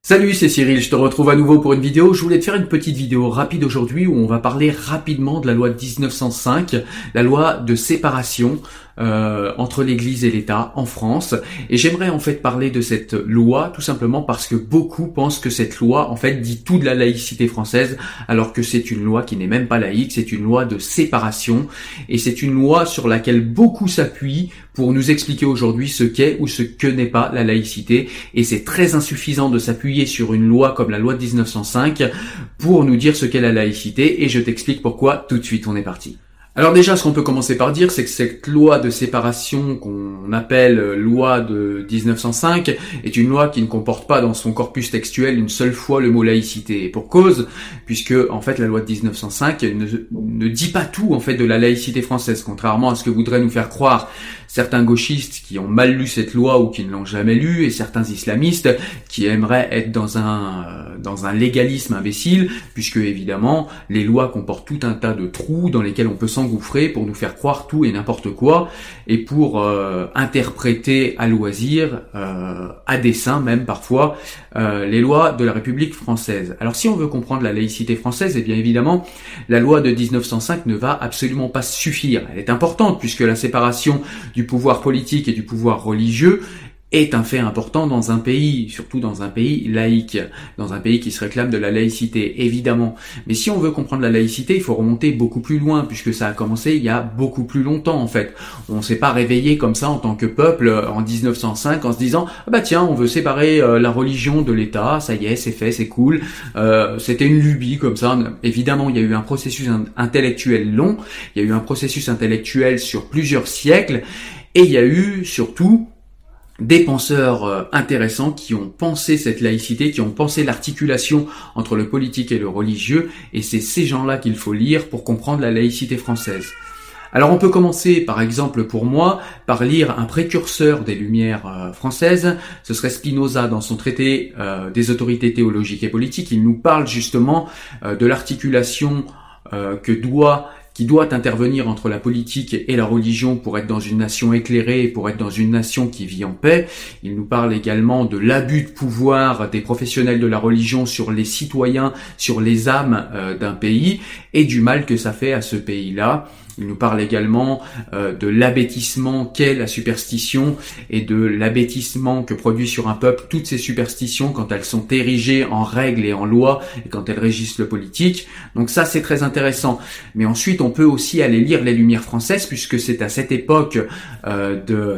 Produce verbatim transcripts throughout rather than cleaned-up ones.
Salut, c'est Cyril, je te retrouve à nouveau pour une vidéo. Je voulais te faire une petite vidéo rapide aujourd'hui où on va parler rapidement de la loi de dix-neuf cent cinq, la loi de séparation euh, entre l'Église et l'État en France. Et j'aimerais en fait parler de cette loi tout simplement parce que beaucoup pensent que cette loi en fait dit tout de la laïcité française alors que c'est une loi qui n'est même pas laïque, c'est une loi de séparation et c'est une loi sur laquelle beaucoup s'appuient pour nous expliquer aujourd'hui ce qu'est ou ce que n'est pas la laïcité. Et c'est très insuffisant de s'appuyer sur une loi comme la loi de dix-neuf cent cinq pour nous dire ce qu'est la laïcité, et je t'explique pourquoi tout de suite. On est parti. Alors déjà, ce qu'on peut commencer par dire, c'est que cette loi de séparation qu'on appelle loi de dix-neuf cent cinq est une loi qui ne comporte pas dans son corpus textuel une seule fois le mot laïcité. Et pour cause, puisque en fait la loi de dix-neuf cent cinq ne, ne dit pas tout en fait de la laïcité française, contrairement à ce que voudraient nous faire croire certains gauchistes qui ont mal lu cette loi ou qui ne l'ont jamais lue, et certains islamistes qui aimeraient être dans un dans un légalisme imbécile, puisque évidemment les lois comportent tout un tas de trous dans lesquels on peut s'engouffrer pour nous faire croire tout et n'importe quoi, et pour euh, interpréter à loisir, euh, à dessein même parfois, euh, les lois de la République française. Alors si on veut comprendre la laïcité française, eh bien évidemment la loi de dix-neuf cent cinq ne va absolument pas suffire. Elle est importante puisque la séparation du pouvoir politique et du pouvoir religieux est un fait important dans un pays, surtout dans un pays laïque, dans un pays qui se réclame de la laïcité, évidemment. Mais si on veut comprendre la laïcité, il faut remonter beaucoup plus loin, puisque ça a commencé il y a beaucoup plus longtemps, en fait. On s'est pas réveillé comme ça en tant que peuple en dix-neuf cent cinq en se disant « Ah bah tiens, on veut séparer euh, la religion de l'État, ça y est, c'est fait, c'est cool. Euh, » C'était une lubie comme ça. Évidemment, il y a eu un processus intellectuel long, il y a eu un processus intellectuel sur plusieurs siècles, et il y a eu surtout des penseurs euh, intéressants qui ont pensé cette laïcité, qui ont pensé l'articulation entre le politique et le religieux, et c'est ces gens-là qu'il faut lire pour comprendre la laïcité française. Alors on peut commencer, par exemple pour moi, par lire un précurseur des Lumières euh, françaises, ce serait Spinoza dans son traité euh, des autorités théologiques et politiques. Il nous parle justement euh, de l'articulation euh, que doit qui doit intervenir entre la politique et la religion pour être dans une nation éclairée et pour être dans une nation qui vit en paix. Il nous parle également de l'abus de pouvoir des professionnels de la religion sur les citoyens, sur les âmes euh, d'un pays, et du mal que ça fait à ce pays-là. Il nous parle également euh, de l'abêtissement qu'est la superstition et de l'abêtissement que produit sur un peuple toutes ces superstitions quand elles sont érigées en règles et en lois et quand elles régissent le politique. Donc ça, c'est très intéressant. Mais ensuite, on peut aussi aller lire les Lumières françaises, puisque c'est à cette époque euh, de...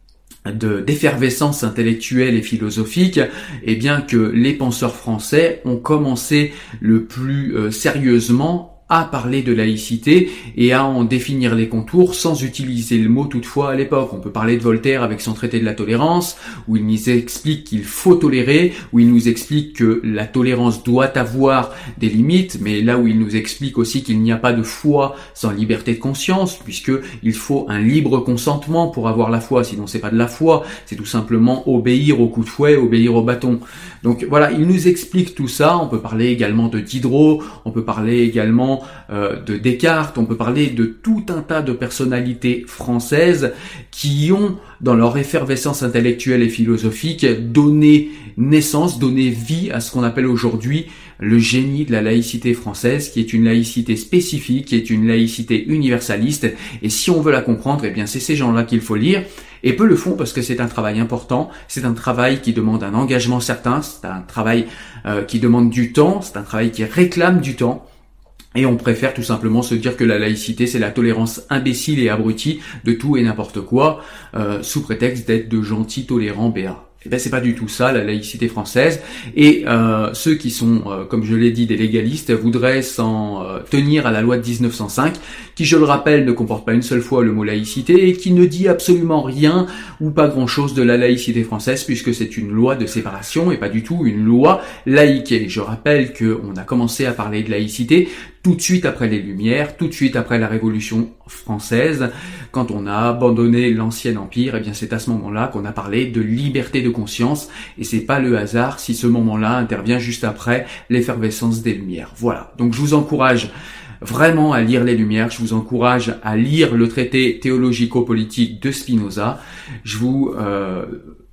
de d'effervescence intellectuelle et philosophique, et bien que les penseurs français ont commencé le plus euh, sérieusement à parler de laïcité et à en définir les contours sans utiliser le mot toutefois à l'époque. On peut parler de Voltaire avec son traité de la tolérance, où il nous explique qu'il faut tolérer, où il nous explique que la tolérance doit avoir des limites, mais là où il nous explique aussi qu'il n'y a pas de foi sans liberté de conscience, puisque il faut un libre consentement pour avoir la foi, sinon c'est pas de la foi, c'est tout simplement obéir au coup de fouet, obéir au bâton. Donc voilà, il nous explique tout ça. On peut parler également de Diderot, on peut parler également Euh, de Descartes, on peut parler de tout un tas de personnalités françaises qui ont, dans leur effervescence intellectuelle et philosophique, donné naissance, donné vie à ce qu'on appelle aujourd'hui le génie de la laïcité française, qui est une laïcité spécifique, qui est une laïcité universaliste. Et si on veut la comprendre, eh bien c'est ces gens-là qu'il faut lire. Et peu le font parce que c'est un travail important, c'est un travail qui demande un engagement certain, c'est un travail euh, qui demande du temps, c'est un travail qui réclame du temps. Et on préfère tout simplement se dire que la laïcité, c'est la tolérance imbécile et abrutie de tout et n'importe quoi, euh, sous prétexte d'être de gentils tolérants B A. Eh ben c'est pas du tout ça la laïcité française, et euh, ceux qui sont, euh, comme je l'ai dit, des légalistes voudraient s'en euh, tenir à la loi de dix-neuf cent cinq, qui, je le rappelle, ne comporte pas une seule fois le mot laïcité et qui ne dit absolument rien ou pas grand-chose de la laïcité française, puisque c'est une loi de séparation et pas du tout une loi laïque. Et je rappelle que on a commencé à parler de laïcité tout de suite après les Lumières, tout de suite après la Révolution française, quand on a abandonné l'ancien empire, et eh bien c'est à ce moment-là qu'on a parlé de liberté de conscience, et c'est pas le hasard si ce moment-là intervient juste après l'effervescence des Lumières. Voilà. Donc je vous encourage vraiment à lire les Lumières, je vous encourage à lire le traité théologico-politique de Spinoza. Je vous euh,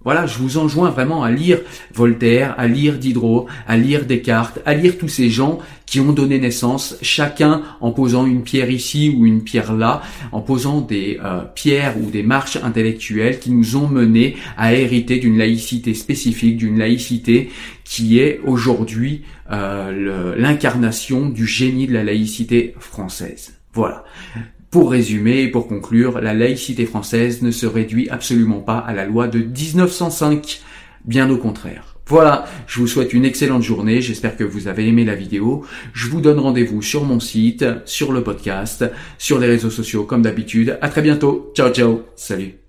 Voilà, je vous enjoins vraiment à lire Voltaire, à lire Diderot, à lire Descartes, à lire tous ces gens qui ont donné naissance, chacun en posant une pierre ici ou une pierre là, en posant des euh, pierres ou des marches intellectuelles qui nous ont menés à hériter d'une laïcité spécifique, d'une laïcité qui est aujourd'hui euh, l'incarnation du génie de la laïcité française. Voilà. Pour résumer et pour conclure, la laïcité française ne se réduit absolument pas à la loi de dix-neuf cent cinq, bien au contraire. Voilà, je vous souhaite une excellente journée, j'espère que vous avez aimé la vidéo. Je vous donne rendez-vous sur mon site, sur le podcast, sur les réseaux sociaux comme d'habitude. À très bientôt, ciao ciao, salut.